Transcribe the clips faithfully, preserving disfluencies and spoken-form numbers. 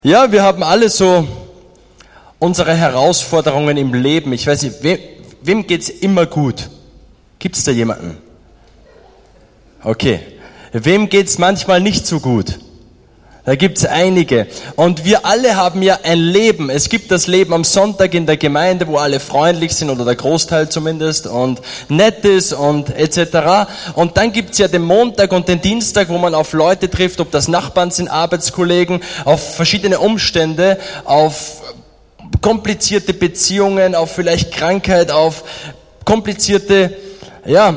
Ja, wir haben alle so unsere Herausforderungen im Leben. Ich weiß nicht, wem, wem geht's immer gut? Gibt's da jemanden? Okay. Wem geht's manchmal nicht so gut? Da gibt's einige. Und wir alle haben ja ein Leben. Es gibt das Leben am Sonntag in der Gemeinde, wo alle freundlich sind, oder der Großteil zumindest, und nett ist und et cetera. Und dann gibt's ja den Montag und den Dienstag, wo man auf Leute trifft, ob das Nachbarn sind, Arbeitskollegen, auf verschiedene Umstände, auf komplizierte Beziehungen, auf vielleicht Krankheit, auf komplizierte, ja,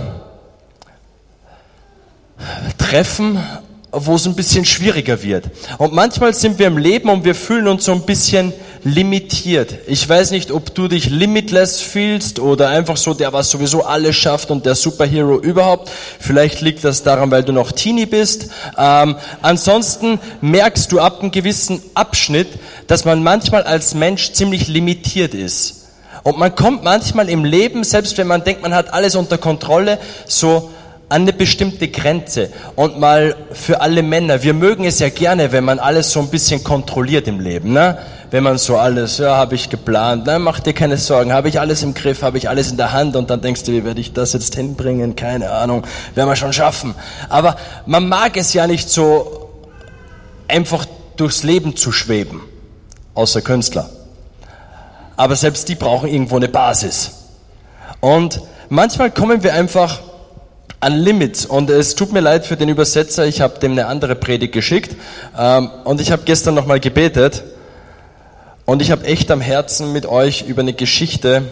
Treffen, wo es ein bisschen schwieriger wird. Und manchmal sind wir im Leben und wir fühlen uns so ein bisschen limitiert. Ich weiß nicht, ob du dich limitless fühlst oder einfach so der, was sowieso alles schafft und der Superhero überhaupt. Vielleicht liegt das daran, weil du noch Teenie bist. Ähm, ansonsten merkst du ab einem gewissen Abschnitt, dass man manchmal als Mensch ziemlich limitiert ist. Und man kommt manchmal im Leben, selbst wenn man denkt, man hat alles unter Kontrolle, so an eine bestimmte Grenze. Und mal für alle Männer, wir mögen es ja gerne, wenn man alles so ein bisschen kontrolliert im Leben, ne? Wenn man so alles, ja, habe ich geplant, ne? Mach dir keine Sorgen, habe ich alles im Griff, habe ich alles in der Hand, und dann denkst du, wie werde ich das jetzt hinbringen? Keine Ahnung, werden wir schon schaffen. Aber man mag es ja nicht so einfach durchs Leben zu schweben, außer Künstler. Aber selbst die brauchen irgendwo eine Basis. Und manchmal kommen wir einfach an Limits, und es tut mir leid für den Übersetzer, ich habe dem eine andere Predigt geschickt, ähm, und ich habe gestern nochmal gebetet, und ich habe echt am Herzen, mit euch über eine Geschichte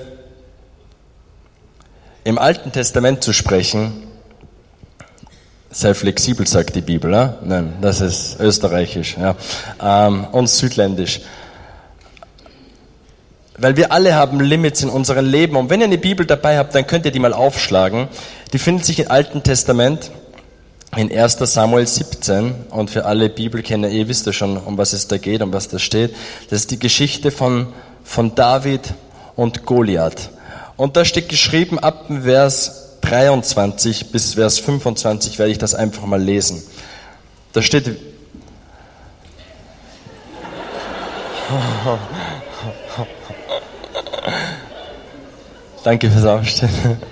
im Alten Testament zu sprechen. Sei flexibel, sagt die Bibel, ne? Nein, das ist österreichisch, ja, ähm, und südländisch. Weil wir alle haben Limits in unserem Leben. Und wenn ihr eine Bibel dabei habt, dann könnt ihr die mal aufschlagen. Die findet sich im Alten Testament in erster Samuel siebzehn. Und für alle Bibelkenner, ihr wisst ja schon, um was es da geht, um was da steht. Das ist die Geschichte von, von David und Goliath. Und da steht geschrieben, ab dem Vers dreiundzwanzig bis Vers fünfundzwanzig werde ich das einfach mal lesen. Da steht... Danke fürs Aufstehen.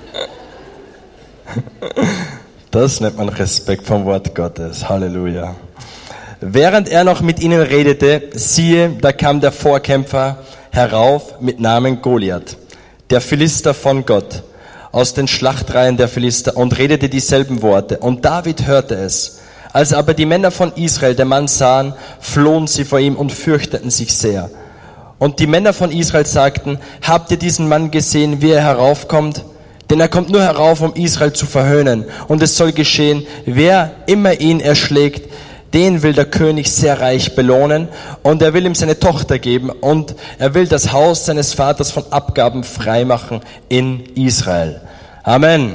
Das nennt man Respekt vom Wort Gottes. Halleluja. Während er noch mit ihnen redete, siehe, da kam der Vorkämpfer herauf mit Namen Goliath, der Philister von Gott, aus den Schlachtreihen der Philister, und redete dieselben Worte. Und David hörte es. Als aber die Männer von Israel den Mann sahen, flohen sie vor ihm und fürchteten sich sehr. Und die Männer von Israel sagten, habt ihr diesen Mann gesehen, wie er heraufkommt? Denn er kommt nur herauf, um Israel zu verhöhnen. Und es soll geschehen, wer immer ihn erschlägt, den will der König sehr reich belohnen. Und er will ihm seine Tochter geben. Und er will das Haus seines Vaters von Abgaben freimachen in Israel. Amen.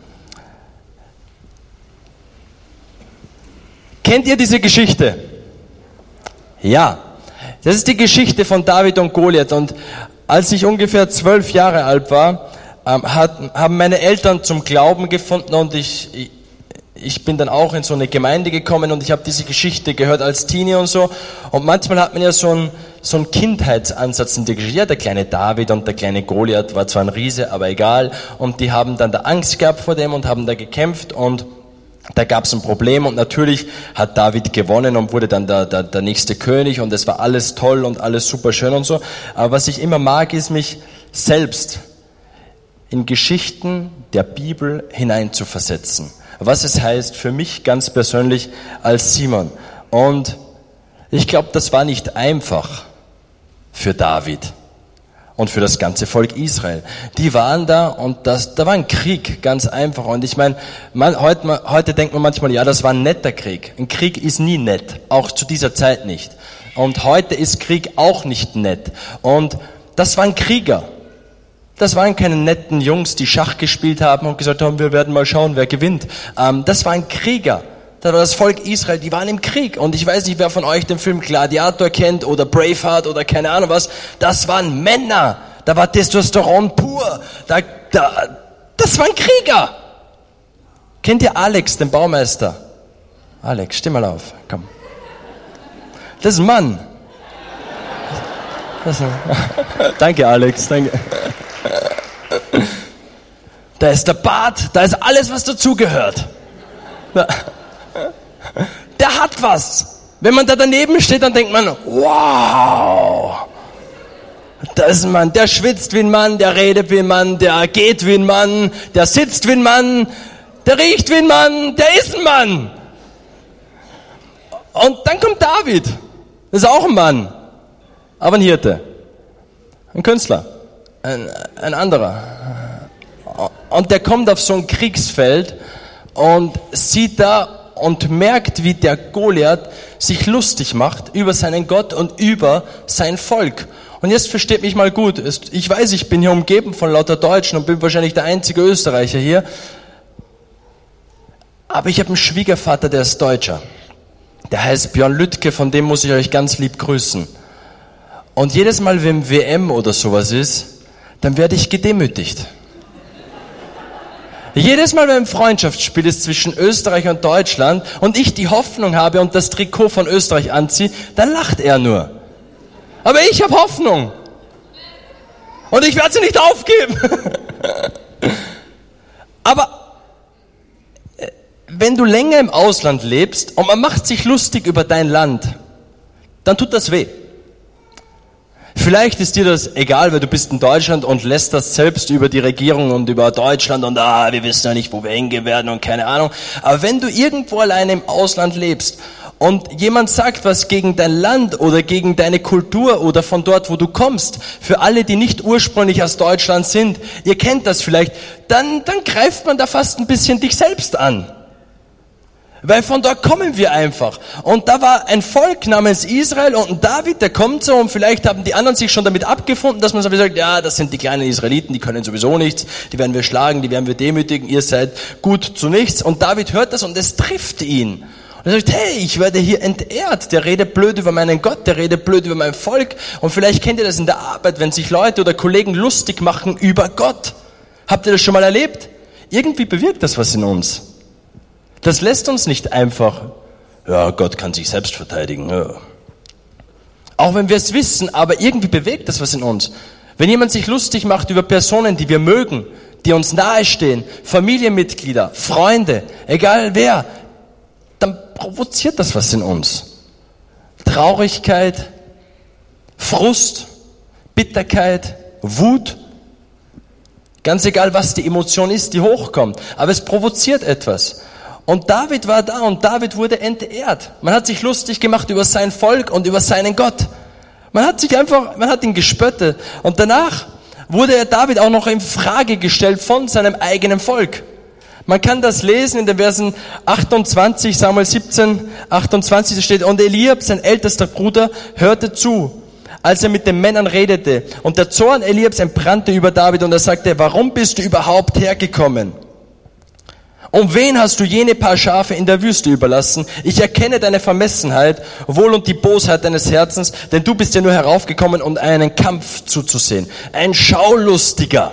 Kennt ihr diese Geschichte? Ja. Das ist die Geschichte von David und Goliath. Und als ich ungefähr zwölf Jahre alt war, ähm, hat, haben meine Eltern zum Glauben gefunden, und ich, ich, ich bin dann auch in so eine Gemeinde gekommen, und ich habe diese Geschichte gehört als Teenie und so. Und manchmal hat man ja so einen, so einen Kindheitsansatz in der Geschichte. Ja, der kleine David und der kleine Goliath war zwar ein Riese, aber egal. Und die haben dann da Angst gehabt vor dem und haben da gekämpft, und da gab es ein Problem, und natürlich hat David gewonnen und wurde dann der, der, der nächste König, und es war alles toll und alles super schön und so. Aber was ich immer mag, ist, mich selbst in Geschichten der Bibel hineinzuversetzen. Was es heißt für mich ganz persönlich als Simon. Und ich glaube, das war nicht einfach für David und für das ganze Volk Israel. Die waren da, und das, da war ein Krieg, ganz einfach. Und ich meine, man, heute, heute denkt man manchmal, ja, das war ein netter Krieg. Ein Krieg ist nie nett, auch zu dieser Zeit nicht. Und heute ist Krieg auch nicht nett. Und das waren Krieger. Das waren keine netten Jungs, die Schach gespielt haben und gesagt haben, wir werden mal schauen, wer gewinnt. Ähm, das waren Krieger. Das war das Volk Israel, die waren im Krieg. Und ich weiß nicht, wer von euch den Film Gladiator kennt oder Braveheart oder keine Ahnung was. Das waren Männer. Da war Testosteron pur. Da, da, das waren Krieger. Kennt ihr Alex, den Baumeister? Alex, steh mal auf, komm. Das ist ein Mann. Danke, Alex. Danke. Da ist der Bart, da ist alles, was dazugehört. Der hat was. Wenn man da daneben steht, dann denkt man, wow. Da ist ein Mann, der schwitzt wie ein Mann, der redet wie ein Mann, der geht wie ein Mann, der sitzt wie ein Mann, der riecht wie ein Mann, der ist ein Mann. Und dann kommt David. Das ist auch ein Mann, aber ein Hirte, ein Künstler, ein, ein anderer. Und der kommt auf so ein Kriegsfeld und sieht da und merkt, wie der Goliath sich lustig macht über seinen Gott und über sein Volk. Und jetzt versteht mich mal gut, ich weiß, ich bin hier umgeben von lauter Deutschen und bin wahrscheinlich der einzige Österreicher hier, aber ich habe einen Schwiegervater, der ist Deutscher. Der heißt Björn Lüttke, von dem muss ich euch ganz lieb grüßen. Und jedes Mal, wenn W M oder sowas ist, dann werde ich gedemütigt. Jedes Mal, wenn ein Freundschaftsspiel ist zwischen Österreich und Deutschland und ich die Hoffnung habe und das Trikot von Österreich anziehe, dann lacht er nur. Aber ich habe Hoffnung. Und ich werde sie nicht aufgeben. Aber wenn du länger im Ausland lebst und man macht sich lustig über dein Land, dann tut das weh. Vielleicht ist dir das egal, weil du bist in Deutschland und lässt das selbst über die Regierung und über Deutschland und ah, wir wissen ja nicht, wo wir hingehen werden und keine Ahnung. Aber wenn du irgendwo alleine im Ausland lebst und jemand sagt was gegen dein Land oder gegen deine Kultur oder von dort, wo du kommst, für alle, die nicht ursprünglich aus Deutschland sind, ihr kennt das vielleicht, dann, dann greift man da fast ein bisschen dich selbst an. Weil von dort kommen wir einfach. Und da war ein Volk namens Israel und ein David, der kommt so und vielleicht haben die anderen sich schon damit abgefunden, dass man so sagt, ja, das sind die kleinen Israeliten, die können sowieso nichts, die werden wir schlagen, die werden wir demütigen, ihr seid gut zu nichts. Und David hört das und es trifft ihn. Und er sagt, hey, ich werde hier entehrt, der redet blöd über meinen Gott, der redet blöd über mein Volk. Und vielleicht kennt ihr das in der Arbeit, wenn sich Leute oder Kollegen lustig machen über Gott. Habt ihr das schon mal erlebt? Irgendwie bewirkt das was in uns. Das lässt uns nicht einfach, ja, Gott kann sich selbst verteidigen. Ja. Auch wenn wir es wissen, aber irgendwie bewegt das was in uns. Wenn jemand sich lustig macht über Personen, die wir mögen, die uns nahestehen, Familienmitglieder, Freunde, egal wer, dann provoziert das was in uns. Traurigkeit, Frust, Bitterkeit, Wut, ganz egal, was die Emotion ist, die hochkommt. Aber es provoziert etwas. Und David war da und David wurde entehrt. Man hat sich lustig gemacht über sein Volk und über seinen Gott. Man hat sich einfach, man hat ihn gespöttet. Und danach wurde er David auch noch in Frage gestellt von seinem eigenen Volk. Man kann das lesen in den Versen achtundzwanzig, Samuel siebzehn, achtundzwanzig, da steht, und Eliab, sein ältester Bruder, hörte zu, als er mit den Männern redete. Und der Zorn Eliabs entbrannte über David und er sagte, warum bist du überhaupt hergekommen? Um wen hast du jene paar Schafe in der Wüste überlassen? Ich erkenne deine Vermessenheit, wohl und die Bosheit deines Herzens, denn du bist ja nur heraufgekommen, um einen Kampf zuzusehen. Ein Schaulustiger.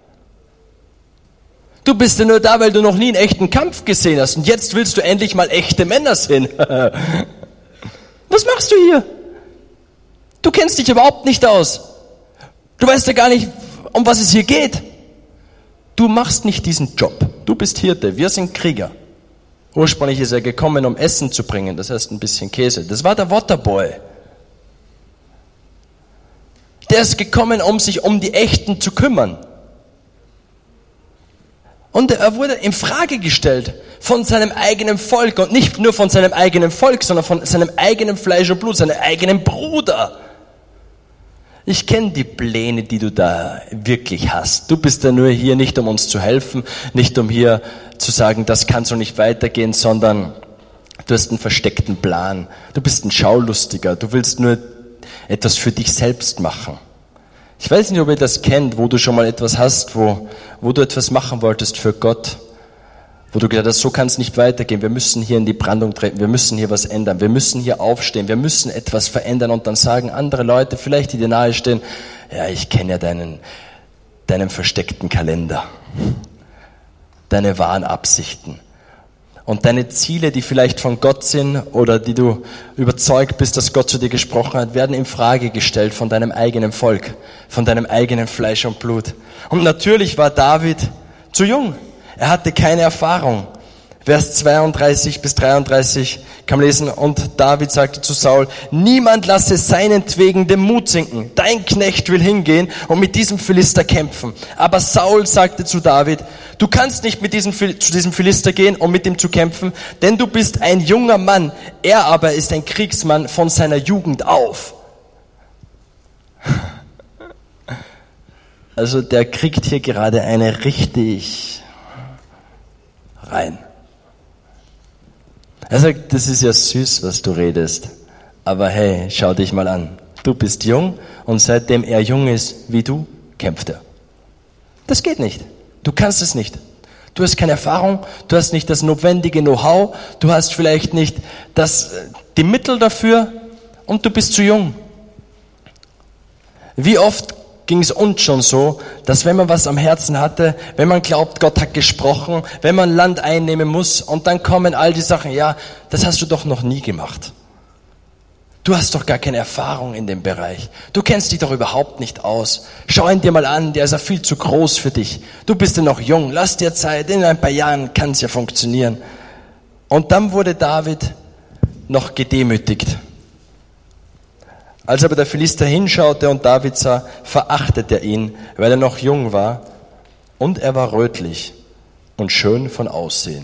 Du bist ja nur da, weil du noch nie einen echten Kampf gesehen hast und jetzt willst du endlich mal echte Männer sehen. Was machst du hier? Du kennst dich überhaupt nicht aus. Du weißt ja gar nicht, um was es hier geht. Du machst nicht diesen Job. Du bist Hirte, wir sind Krieger. Ursprünglich ist er gekommen, um Essen zu bringen, das heißt ein bisschen Käse. Das war der Waterboy. Der ist gekommen, um sich um die Echten zu kümmern. Und er wurde in Frage gestellt von seinem eigenen Volk und nicht nur von seinem eigenen Volk, sondern von seinem eigenen Fleisch und Blut, seinem eigenen Bruder. Ich kenne die Pläne, die du da wirklich hast. Du bist ja nur hier nicht, um uns zu helfen, nicht um hier zu sagen, das kann so nicht weitergehen, sondern du hast einen versteckten Plan. Du bist ein Schaulustiger. Du willst nur etwas für dich selbst machen. Ich weiß nicht, ob ihr das kennt, wo du schon mal etwas hast, wo, wo du etwas machen wolltest für Gott, wo du gesagt hast, so kann es nicht weitergehen. Wir müssen hier in die Brandung treten, wir müssen hier was ändern, wir müssen hier aufstehen, wir müssen etwas verändern und dann sagen andere Leute, vielleicht die dir nahe stehen, ja, ich kenne ja deinen, deinen versteckten Kalender, deine wahren Absichten. und deine Ziele, die vielleicht von Gott sind oder die du überzeugt bist, dass Gott zu dir gesprochen hat, werden in Frage gestellt von deinem eigenen Volk, von deinem eigenen Fleisch und Blut. Und natürlich war David zu jung. Er hatte keine Erfahrung. Vers zweiunddreißig bis dreiunddreißig kann man lesen, und David sagte zu Saul, niemand lasse seinetwegen den Mut sinken. Dein Knecht will hingehen und mit diesem Philister kämpfen. Aber Saul sagte zu David, du kannst nicht mit diesem, zu diesem Philister gehen, um mit ihm zu kämpfen, denn du bist ein junger Mann. Er aber ist ein Kriegsmann von seiner Jugend auf. Also der kriegt hier gerade eine richtig rein. Er sagt, das ist ja süß, was du redest. Aber hey, schau dich mal an. Du bist jung und seitdem er jung ist wie du, kämpft er. Das geht nicht. Du kannst es nicht. Du hast keine Erfahrung, du hast nicht das notwendige Know-how, du hast vielleicht nicht das, die Mittel dafür und du bist zu jung. Wie oft ging es uns schon so, dass wenn man was am Herzen hatte, wenn man glaubt, Gott hat gesprochen, wenn man Land einnehmen muss und dann kommen all die Sachen, ja, das hast du doch noch nie gemacht. Du hast doch gar keine Erfahrung in dem Bereich. Du kennst dich doch überhaupt nicht aus. Schau ihn dir mal an, der ist ja viel zu groß für dich. Du bist ja noch jung, lass dir Zeit, in ein paar Jahren kann es ja funktionieren. Und dann wurde David noch gedemütigt. Als aber der Philister hinschaute und David sah, verachtete er ihn, weil er noch jung war und er war rötlich und schön von Aussehen.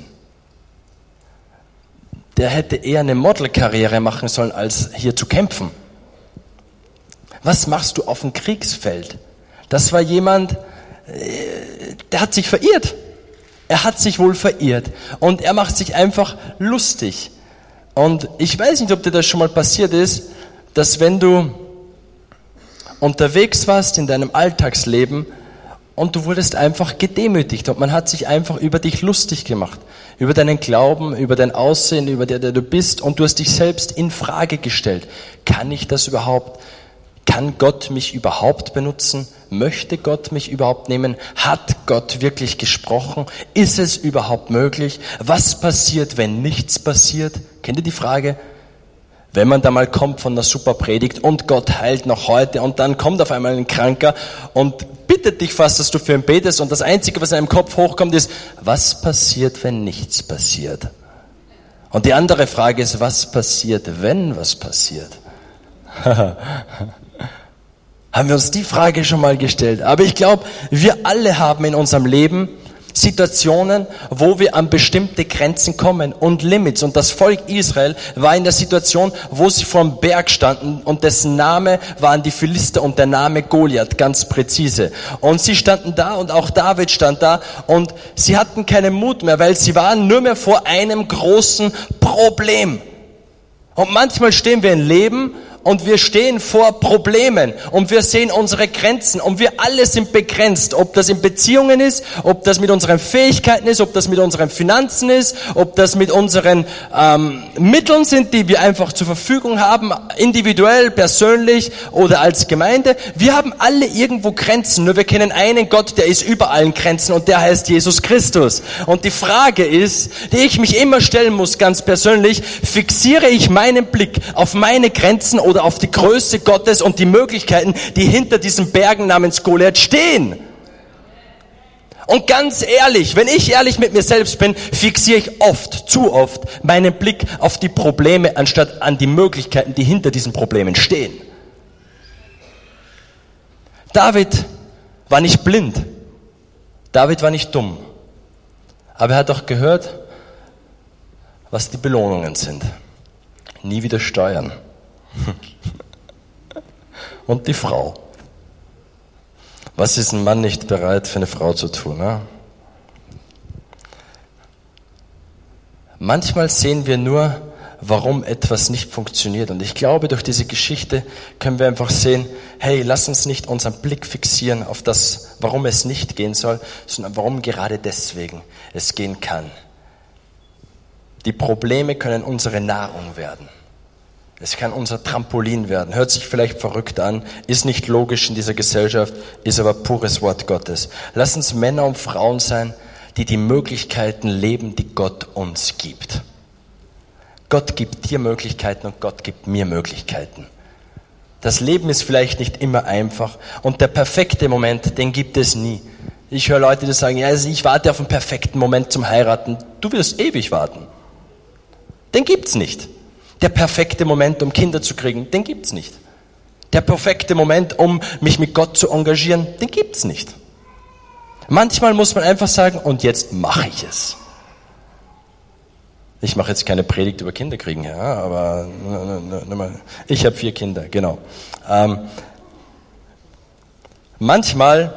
Der hätte eher eine Modelkarriere machen sollen, als hier zu kämpfen. Was machst du auf dem Kriegsfeld? Das war jemand, der hat sich verirrt. Er hat sich wohl verirrt und er macht sich einfach lustig. Und ich weiß nicht, ob dir das schon mal passiert ist, dass wenn du unterwegs warst in deinem Alltagsleben und du wurdest einfach gedemütigt und man hat sich einfach über dich lustig gemacht, über deinen Glauben, über dein Aussehen, über der, der du bist und du hast dich selbst in Frage gestellt. Kann ich das überhaupt? Kann Gott mich überhaupt benutzen? Möchte Gott mich überhaupt nehmen? Hat Gott wirklich gesprochen? Ist es überhaupt möglich? Was passiert, wenn nichts passiert? Kennt ihr die Frage? Wenn man da mal kommt von einer super Predigt und Gott heilt noch heute und dann kommt auf einmal ein Kranker und bittet dich fast, dass du für ihn betest und das Einzige, was in deinem Kopf hochkommt, ist, was passiert, wenn nichts passiert? Und die andere Frage ist, was passiert, wenn was passiert? Haben wir uns die Frage schon mal gestellt? Aber ich glaube, wir alle haben in unserem Leben Situationen, wo wir an bestimmte Grenzen kommen und Limits. Und das Volk Israel war in der Situation, wo sie vor dem Berg standen und dessen Name waren die Philister und der Name Goliath, ganz präzise. Und sie standen da und auch David stand da und sie hatten keinen Mut mehr, weil sie waren nur mehr vor einem großen Problem. Und manchmal stehen wir im Leben und wir stehen vor Problemen und wir sehen unsere Grenzen und wir alle sind begrenzt, ob das in Beziehungen ist, ob das mit unseren Fähigkeiten ist, ob das mit unseren Finanzen ist, ob das mit unseren ähm, Mitteln sind, die wir einfach zur Verfügung haben, individuell, persönlich oder als Gemeinde. Wir haben alle irgendwo Grenzen, nur wir kennen einen Gott, der ist über allen Grenzen und der heißt Jesus Christus. Und die Frage ist, die ich mich immer stellen muss, ganz persönlich, fixiere ich meinen Blick auf meine Grenzen oder auf die Größe Gottes und die Möglichkeiten, die hinter diesen Bergen namens Goliath stehen. Und ganz ehrlich, wenn ich ehrlich mit mir selbst bin, fixiere ich oft, zu oft, meinen Blick auf die Probleme, anstatt an die Möglichkeiten, die hinter diesen Problemen stehen. David war nicht blind. David war nicht dumm. Aber er hat auch gehört, was die Belohnungen sind. Nie wieder steuern. Und die Frau. Was ist ein Mann nicht bereit für eine Frau zu tun? Ne? Manchmal sehen wir nur, warum etwas nicht funktioniert. Und ich glaube, durch diese Geschichte können wir einfach sehen, hey, lass uns nicht unseren Blick fixieren auf das, warum es nicht gehen soll, sondern warum gerade deswegen es gehen kann. Die Probleme können unsere Nahrung werden. Es kann unser Trampolin werden. Hört sich vielleicht verrückt an, ist nicht logisch in dieser Gesellschaft, ist aber pures Wort Gottes. Lass uns Männer und Frauen sein, die die Möglichkeiten leben, die Gott uns gibt. Gott gibt dir Möglichkeiten und Gott gibt mir Möglichkeiten. Das Leben ist vielleicht nicht immer einfach und der perfekte Moment, den gibt es nie. Ich höre Leute, die sagen, ja, also ich warte auf einen perfekten Moment zum Heiraten. Du wirst ewig warten. Den gibt's nicht. Der perfekte Moment, um Kinder zu kriegen, den gibt's nicht. Der perfekte Moment, um mich mit Gott zu engagieren, den gibt's nicht. Manchmal muss man einfach sagen, und jetzt mache ich es. Ich mache jetzt keine Predigt über Kinderkriegen, ja, aber ich habe vier Kinder, genau. Ähm, manchmal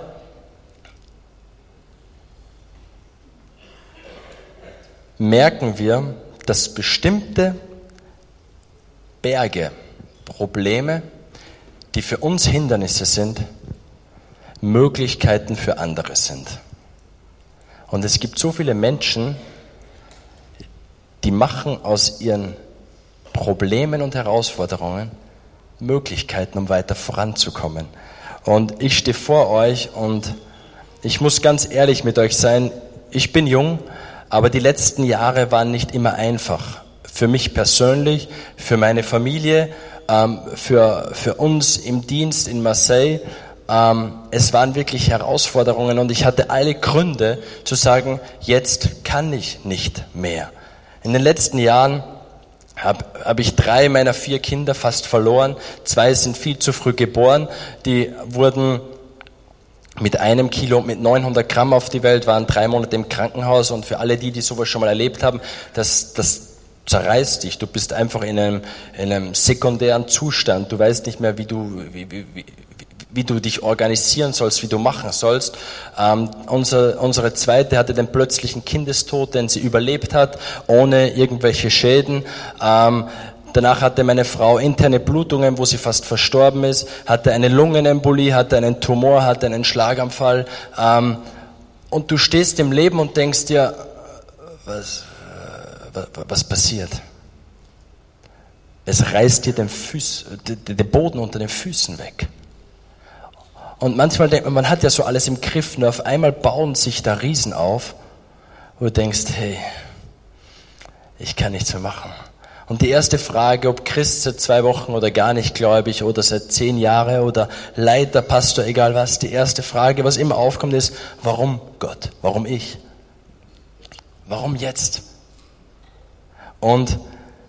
merken wir, dass bestimmte Berge, Probleme, die für uns Hindernisse sind, Möglichkeiten für andere sind. Und es gibt so viele Menschen, die machen aus ihren Problemen und Herausforderungen Möglichkeiten, um weiter voranzukommen. Und ich stehe vor euch und ich muss ganz ehrlich mit euch sein, ich bin jung, aber die letzten Jahre waren nicht immer einfach. Für mich persönlich, für meine Familie, für, für uns im Dienst in Marseille. Es waren wirklich Herausforderungen und ich hatte alle Gründe zu sagen, jetzt kann ich nicht mehr. In den letzten Jahren habe hab ich drei meiner vier Kinder fast verloren. Zwei sind viel zu früh geboren. Die wurden mit einem Kilo und mit neunhundert Gramm auf die Welt, waren drei Monate im Krankenhaus. Und für alle die, die sowas schon mal erlebt haben, das, das zerreißt dich. Du bist einfach in einem, in einem sekundären Zustand. Du weißt nicht mehr, wie du... Wie, wie, wie, wie du dich organisieren sollst, wie du machen sollst. Ähm, unser, unsere zweite hatte den plötzlichen Kindestod, den sie überlebt hat, ohne irgendwelche Schäden. Ähm, danach hatte meine Frau interne Blutungen, wo sie fast verstorben ist, hatte eine Lungenembolie, hatte einen Tumor, hatte einen Schlaganfall. Ähm, und du stehst im Leben und denkst dir, was, was, was passiert? Es reißt dir den, Fuß, den Boden unter den Füßen weg. Und manchmal denkt man, man hat ja so alles im Griff, nur auf einmal bauen sich da Riesen auf, wo du denkst, hey, ich kann nichts mehr machen. Und die erste Frage, ob Christ seit zwei Wochen oder gar nicht gläubig oder seit zehn Jahren oder Leiter, Pastor, egal was, die erste Frage, was immer aufkommt, ist, warum Gott? Warum ich? Warum jetzt? Und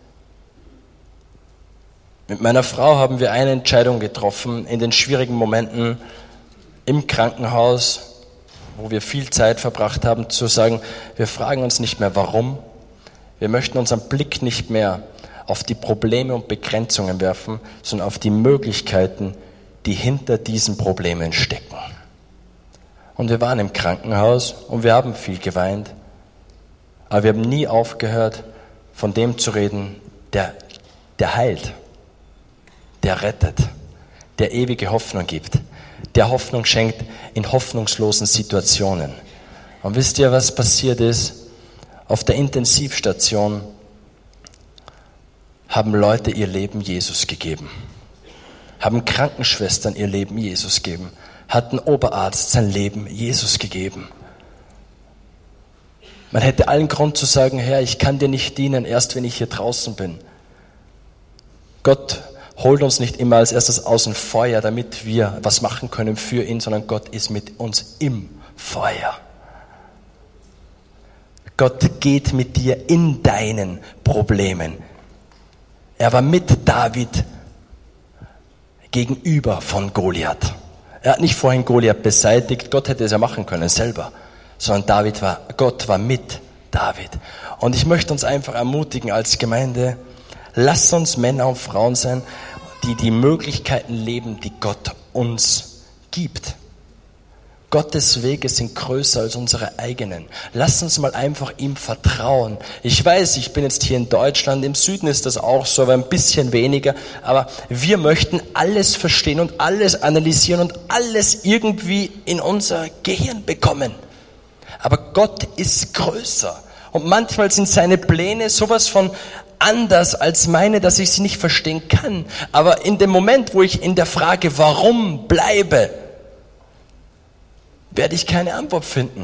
mit meiner Frau haben wir eine Entscheidung getroffen in den schwierigen Momenten im Krankenhaus, wo wir viel Zeit verbracht haben, zu sagen, wir fragen uns nicht mehr warum, wir möchten unseren Blick nicht mehr auf die Probleme und Begrenzungen werfen, sondern auf die Möglichkeiten, die hinter diesen Problemen stecken. Und wir waren im Krankenhaus und wir haben viel geweint, aber wir haben nie aufgehört, von dem zu reden, der, der heilt. Der rettet, der ewige Hoffnung gibt, der Hoffnung schenkt in hoffnungslosen Situationen. Und wisst ihr, was passiert ist? Auf der Intensivstation haben Leute ihr Leben Jesus gegeben, haben Krankenschwestern ihr Leben Jesus gegeben, hat ein Oberarzt sein Leben Jesus gegeben. Man hätte allen Grund zu sagen, Herr, ich kann dir nicht dienen, erst wenn ich hier draußen bin. Gott holt uns nicht immer als erstes aus dem Feuer, damit wir was machen können für ihn, sondern Gott ist mit uns im Feuer. Gott geht mit dir in deinen Problemen. Er war mit David gegenüber von Goliath. Er hat nicht vorhin Goliath beseitigt, Gott hätte es ja machen können selber, sondern David war, Gott war mit David. Und ich möchte uns einfach ermutigen als Gemeinde, lasst uns Männer und Frauen sein, die die Möglichkeiten leben, die Gott uns gibt. Gottes Wege sind größer als unsere eigenen. Lasst uns mal einfach ihm vertrauen. Ich weiß, ich bin jetzt hier in Deutschland, im Süden ist das auch so, aber ein bisschen weniger. Aber wir möchten alles verstehen und alles analysieren und alles irgendwie in unser Gehirn bekommen. Aber Gott ist größer. Und manchmal sind seine Pläne sowas von anders als meine, dass ich sie nicht verstehen kann. Aber in dem Moment, wo ich in der Frage, warum bleibe, werde ich keine Antwort finden.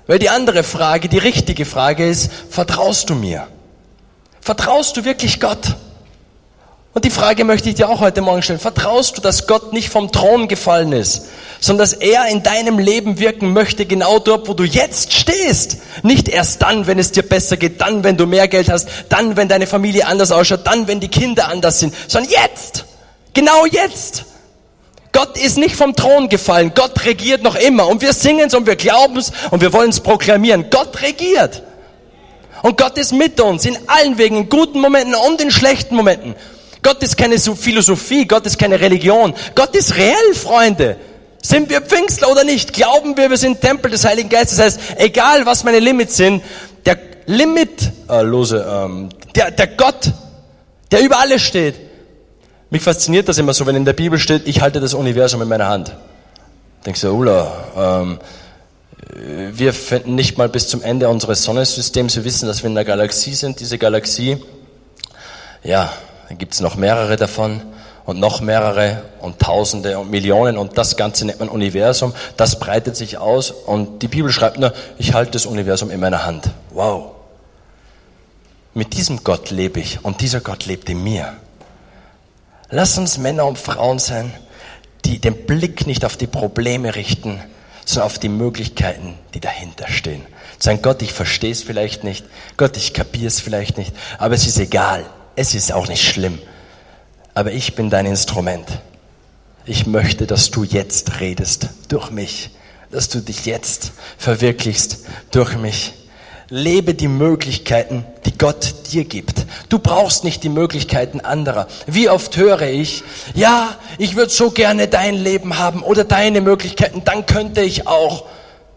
Weil die andere Frage, die richtige Frage ist, vertraust du mir? Vertraust du wirklich Gott? Und die Frage möchte ich dir auch heute Morgen stellen. Vertraust du, dass Gott nicht vom Thron gefallen ist, sondern dass er in deinem Leben wirken möchte, genau dort, wo du jetzt stehst? Nicht erst dann, wenn es dir besser geht, dann, wenn du mehr Geld hast, dann, wenn deine Familie anders ausschaut, dann, wenn die Kinder anders sind, sondern jetzt, genau jetzt. Gott ist nicht vom Thron gefallen, Gott regiert noch immer und wir singen es und wir glauben es und wir wollen es proklamieren. Gott regiert und Gott ist mit uns in allen Wegen, in guten Momenten und in schlechten Momenten. Gott ist keine Philosophie, Gott ist keine Religion, Gott ist reell, Freunde. Sind wir Pfingstler oder nicht? Glauben wir, wir sind Tempel des Heiligen Geistes. Das heißt, egal was meine Limits sind, der Limit, äh, lose, ähm, der, der Gott, der über alles steht. Mich fasziniert das immer so, wenn in der Bibel steht, ich halte das Universum in meiner Hand. Denkst du, Ulla, ähm, wir finden nicht mal bis zum Ende unseres Sonnensystems, wir wissen, dass wir in einer Galaxie sind. Diese Galaxie, ja, dann gibt es noch mehrere davon und noch mehrere und Tausende und Millionen und das Ganze nennt man Universum. Das breitet sich aus und die Bibel schreibt nur, ich halte das Universum in meiner Hand. Wow. Mit diesem Gott lebe ich und dieser Gott lebt in mir. Lass uns Männer und Frauen sein, die den Blick nicht auf die Probleme richten, sondern auf die Möglichkeiten, die dahinter stehen. Sagen, Gott, ich verstehe es vielleicht nicht, Gott, ich kapiere es vielleicht nicht, aber es ist egal, es ist auch nicht schlimm. Aber ich bin dein Instrument. Ich möchte, dass du jetzt redest durch mich, dass du dich jetzt verwirklichst durch mich. Lebe die Möglichkeiten, die Gott dir gibt. Du brauchst nicht die Möglichkeiten anderer. Wie oft höre ich, ja, ich würde so gerne dein Leben haben oder deine Möglichkeiten, dann könnte ich auch.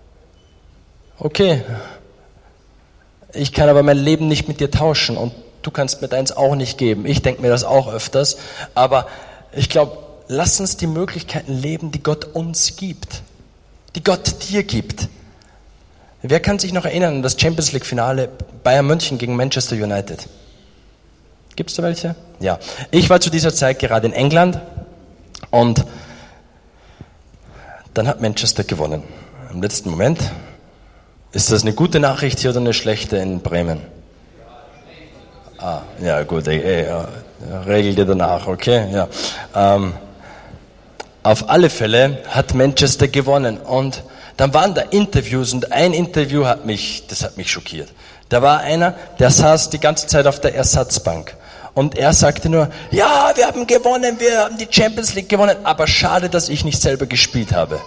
Okay, ich kann aber mein Leben nicht mit dir tauschen und du kannst mir deins auch nicht geben. Ich denke mir das auch öfters, aber ich glaube, lass uns die Möglichkeiten leben, die Gott uns gibt, die Gott dir gibt. Wer kann sich noch erinnern an das Champions League Finale Bayern München gegen Manchester United? Gibt es da welche? Ja. Ich war zu dieser Zeit gerade in England und dann hat Manchester gewonnen. Im letzten Moment. Ist das eine gute Nachricht hier oder eine schlechte in Bremen? Ah, ja gut, ey, ey, ja, regel dir danach, okay? Ja. Ähm, auf alle Fälle hat Manchester gewonnen und dann waren da Interviews und ein Interview hat mich, das hat mich schockiert. Da war einer, der saß die ganze Zeit auf der Ersatzbank und er sagte nur, ja, wir haben gewonnen, wir haben die Champions League gewonnen, aber schade, dass ich nicht selber gespielt habe.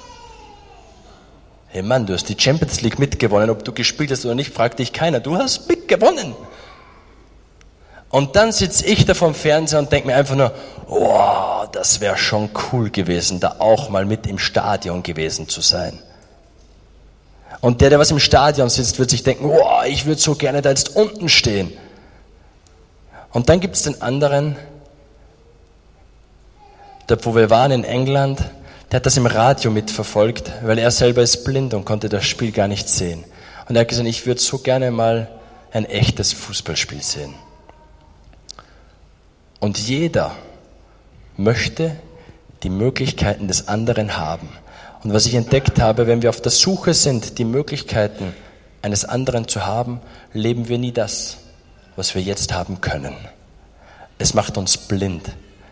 Hey Mann, du hast die Champions League mitgewonnen, ob du gespielt hast oder nicht, fragt dich keiner, du hast mitgewonnen. Und dann sitze ich da vorm Fernseher und denke mir einfach nur, wow, das wäre schon cool gewesen, da auch mal mit im Stadion gewesen zu sein. Und der, der was im Stadion sitzt, wird sich denken, wow, ich würde so gerne da jetzt unten stehen. Und dann gibt es den anderen, da wo wir waren in England, der hat das im Radio mitverfolgt, weil er selber ist blind und konnte das Spiel gar nicht sehen. Und er hat gesagt, ich würde so gerne mal ein echtes Fußballspiel sehen. Und jeder möchte die Möglichkeiten des anderen haben. Und was ich entdeckt habe, wenn wir auf der Suche sind, die Möglichkeiten eines anderen zu haben, leben wir nie das, was wir jetzt haben können. Es macht uns blind.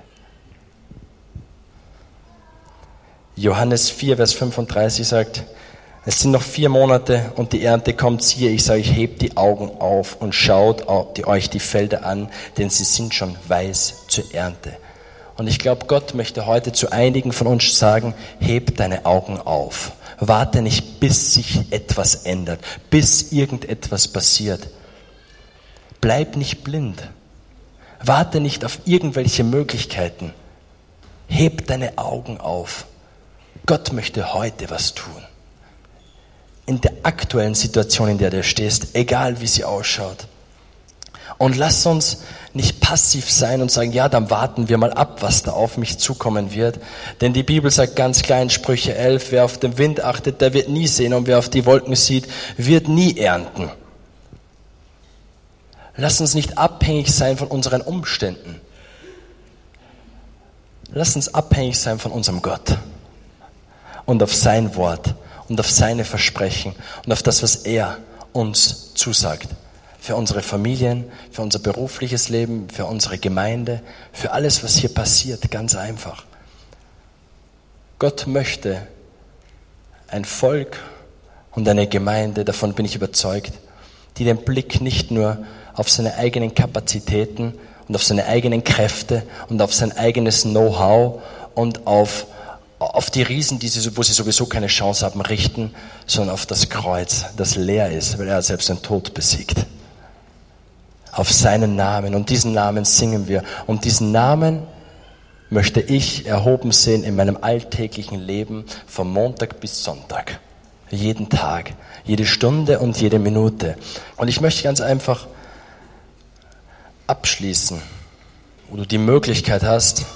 Johannes vier, Vers fünfunddreißig sagt, es sind noch vier Monate und die Ernte kommt. Siehe, ich sage, hebt die Augen auf und schaut euch die Felder an, denn sie sind schon weiß zur Ernte. Und ich glaube, Gott möchte heute zu einigen von uns sagen, heb deine Augen auf. Warte nicht, bis sich etwas ändert, bis irgendetwas passiert. Bleib nicht blind. Warte nicht auf irgendwelche Möglichkeiten. Heb deine Augen auf. Gott möchte heute was tun. In der aktuellen Situation, in der du stehst, egal wie sie ausschaut. Und lass uns nicht passiv sein und sagen, ja, dann warten wir mal ab, was da auf mich zukommen wird. Denn die Bibel sagt ganz klar in Sprüche elf, wer auf den Wind achtet, der wird nie sehen und wer auf die Wolken sieht, wird nie ernten. Lass uns nicht abhängig sein von unseren Umständen. Lass uns abhängig sein von unserem Gott und auf sein Wort und auf seine Versprechen und auf das, was er uns zusagt. Für unsere Familien, für unser berufliches Leben, für unsere Gemeinde, für alles, was hier passiert, ganz einfach. Gott möchte ein Volk und eine Gemeinde, davon bin ich überzeugt, die den Blick nicht nur auf seine eigenen Kapazitäten und auf seine eigenen Kräfte und auf sein eigenes Know-how und auf, auf die Riesen, die sie, wo sie sowieso keine Chance haben, richten, sondern auf das Kreuz, das leer ist, weil er hat selbst den Tod besiegt. Auf seinen Namen. Und diesen Namen singen wir. Und diesen Namen möchte ich erhoben sehen in meinem alltäglichen Leben von Montag bis Sonntag. Jeden Tag, jede Stunde und jede Minute. Und ich möchte ganz einfach abschließen, wo du die Möglichkeit hast,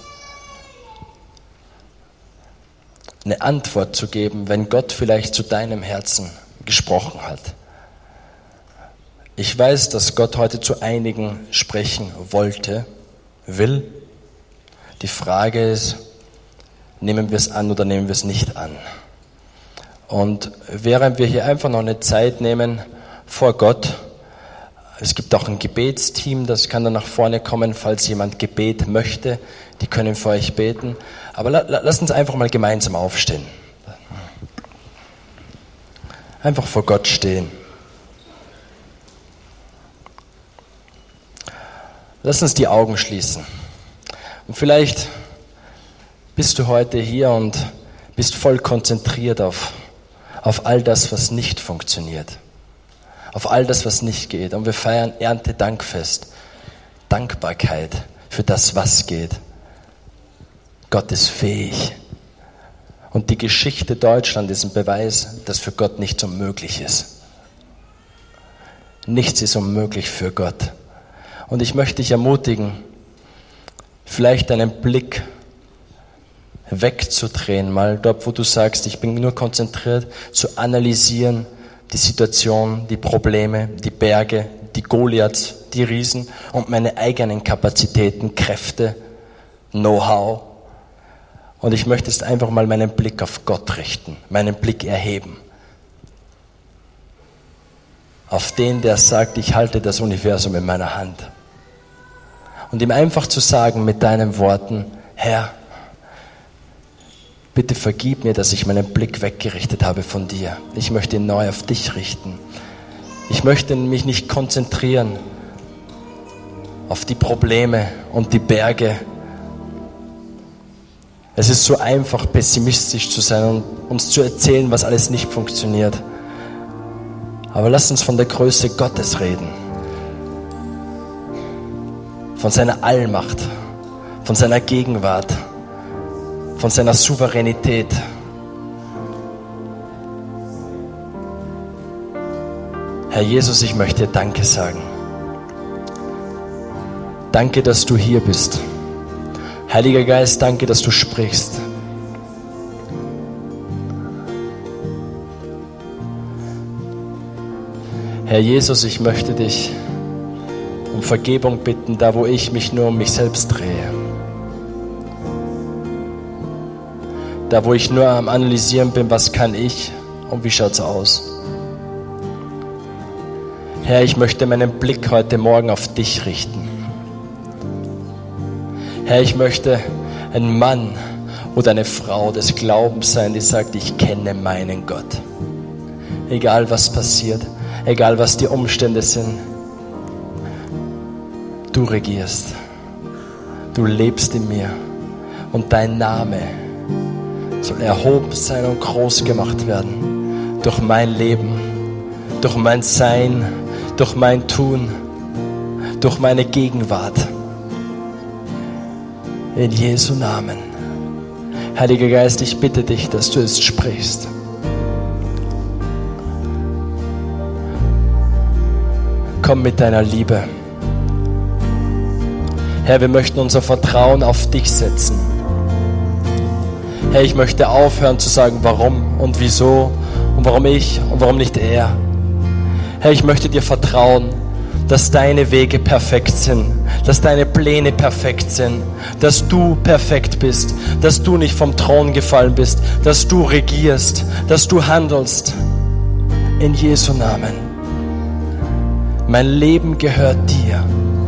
eine Antwort zu geben, wenn Gott vielleicht zu deinem Herzen gesprochen hat. Ich weiß, dass Gott heute zu einigen sprechen wollte, will. Die Frage ist, nehmen wir es an oder nehmen wir es nicht an? Und während wir hier einfach noch eine Zeit nehmen vor Gott, es gibt auch ein Gebetsteam, das kann dann nach vorne kommen, falls jemand Gebet möchte, die können für euch beten. Aber la, la, lasst uns einfach mal gemeinsam aufstehen. Einfach vor Gott stehen. Lass uns die Augen schließen. Und vielleicht bist du heute hier und bist voll konzentriert auf, auf all das, was nicht funktioniert. Auf all das, was nicht geht. Und wir feiern Erntedankfest. Dankbarkeit für das, was geht. Gott ist fähig. Und die Geschichte Deutschland ist ein Beweis, dass für Gott nichts unmöglich ist. Nichts ist unmöglich für Gott. Und ich möchte dich ermutigen, vielleicht deinen Blick wegzudrehen, mal dort, wo du sagst, ich bin nur konzentriert, zu analysieren, die Situation, die Probleme, die Berge, die Goliaths, die Riesen und meine eigenen Kapazitäten, Kräfte, Know-how. Und ich möchte jetzt einfach mal meinen Blick auf Gott richten, meinen Blick erheben. Auf den, der sagt, ich halte das Universum in meiner Hand. Und ihm einfach zu sagen mit deinen Worten, Herr, bitte vergib mir, dass ich meinen Blick weggerichtet habe von dir. Ich möchte ihn neu auf dich richten. Ich möchte mich nicht konzentrieren auf die Probleme und die Berge. Es ist so einfach, pessimistisch zu sein und uns zu erzählen, was alles nicht funktioniert. Aber lasst uns von der Größe Gottes reden. Von seiner Allmacht, von seiner Gegenwart, von seiner Souveränität. Herr Jesus, ich möchte dir Danke sagen. Danke, dass du hier bist. Heiliger Geist, danke, dass du sprichst. Herr Jesus, ich möchte dich um Vergebung bitten, da wo ich mich nur um mich selbst drehe. Da wo ich nur am Analysieren bin, was kann ich und wie schaut's aus. Herr, ich möchte meinen Blick heute Morgen auf dich richten. Herr, ich möchte ein Mann oder eine Frau des Glaubens sein, die sagt, ich kenne meinen Gott. Egal was passiert, egal was die Umstände sind, du regierst, du lebst in mir und dein Name soll erhoben sein und groß gemacht werden durch mein Leben, durch mein Sein, durch mein Tun, durch meine Gegenwart. In Jesu Namen. Heiliger Geist, ich bitte dich, dass du es sprichst. Komm mit deiner Liebe. Herr, wir möchten unser Vertrauen auf dich setzen. Herr, ich möchte aufhören zu sagen, warum und wieso und warum ich und warum nicht er. Herr, ich möchte dir vertrauen, dass deine Wege perfekt sind dass deine Pläne perfekt sind, dass du perfekt bist, dass du nicht vom Thron gefallen bist, dass du regierst, dass du handelst. In Jesu Namen. Mein Leben gehört dir.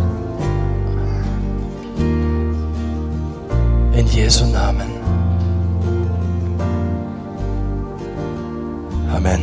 In Jesu Namen. Amen.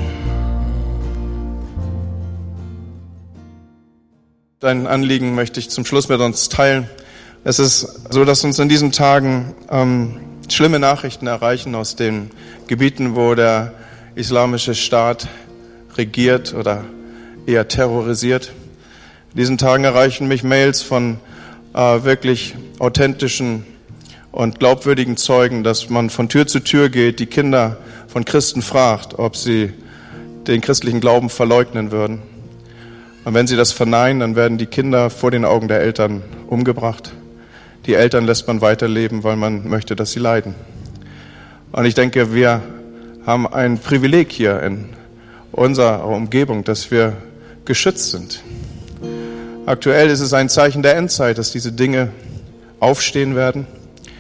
Dein Anliegen möchte ich zum Schluss mit uns teilen. Es ist so, dass uns in diesen Tagen ähm, schlimme Nachrichten erreichen aus den Gebieten, wo der islamische Staat regiert oder eher terrorisiert. In diesen Tagen erreichen mich Mails von äh, wirklich authentischen und glaubwürdigen Zeugen, dass man von Tür zu Tür geht, die Kinder von Christen fragt, ob sie den christlichen Glauben verleugnen würden. Und wenn sie das verneinen, dann werden die Kinder vor den Augen der Eltern umgebracht. Die Eltern lässt man weiterleben, weil man möchte, dass sie leiden. Und ich denke, wir haben ein Privileg hier in unserer Umgebung, dass wir geschützt sind. Aktuell ist es ein Zeichen der Endzeit, dass diese Dinge aufstehen werden.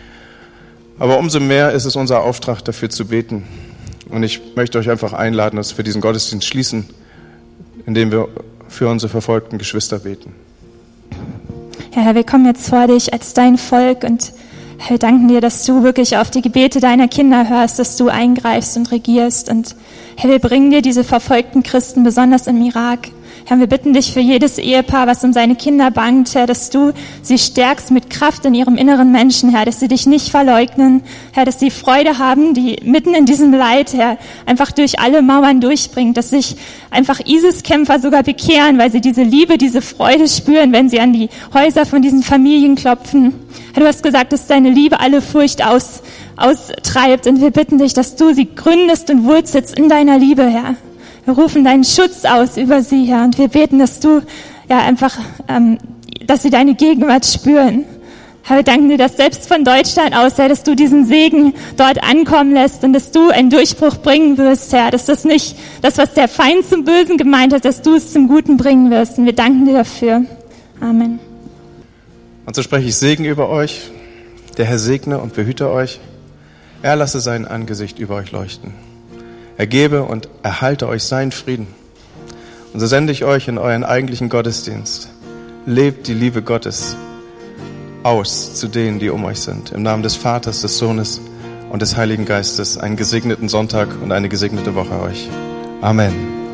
Aber umso mehr ist es unser Auftrag, dafür zu beten. Und ich möchte euch einfach einladen, dass wir diesen Gottesdienst schließen, indem wir für unsere verfolgten Geschwister beten. Ja, Herr, wir kommen jetzt vor dich als dein Volk und Herr, wir danken dir, dass du wirklich auf die Gebete deiner Kinder hörst, dass du eingreifst und regierst. Und Herr, wir bringen dir diese verfolgten Christen, besonders im Irak. Herr, wir bitten dich für jedes Ehepaar, was um seine Kinder bangt, Herr, dass du sie stärkst mit Kraft in ihrem inneren Menschen, Herr, dass sie dich nicht verleugnen, Herr, dass sie Freude haben, die mitten in diesem Leid, Herr, einfach durch alle Mauern durchbringt, dass sich einfach ISIS-Kämpfer sogar bekehren, weil sie diese Liebe, diese Freude spüren, wenn sie an die Häuser von diesen Familien klopfen. Herr, du hast gesagt, dass deine Liebe alle Furcht aus, austreibt und wir bitten dich, dass du sie gründest und wurzelst in deiner Liebe, Herr. Wir rufen deinen Schutz aus über sie, Herr, und wir beten, dass du ja einfach, ähm, dass sie deine Gegenwart spüren. Herr, wir danken dir, dass selbst von Deutschland aus, Herr, dass du diesen Segen dort ankommen lässt und dass du einen Durchbruch bringen wirst, Herr, dass das nicht das, was der Feind zum Bösen gemeint hat, dass du es zum Guten bringen wirst. Und wir danken dir dafür. Amen. Und so spreche ich Segen über euch. Der Herr segne und behüte euch. Er lasse sein Angesicht über euch leuchten. Er gebe und erhalte euch seinen Frieden. Und so sende ich euch in euren eigentlichen Gottesdienst. Lebt die Liebe Gottes aus zu denen, die um euch sind. Im Namen des Vaters, des Sohnes und des Heiligen Geistes. Einen gesegneten Sonntag und eine gesegnete Woche euch. Amen.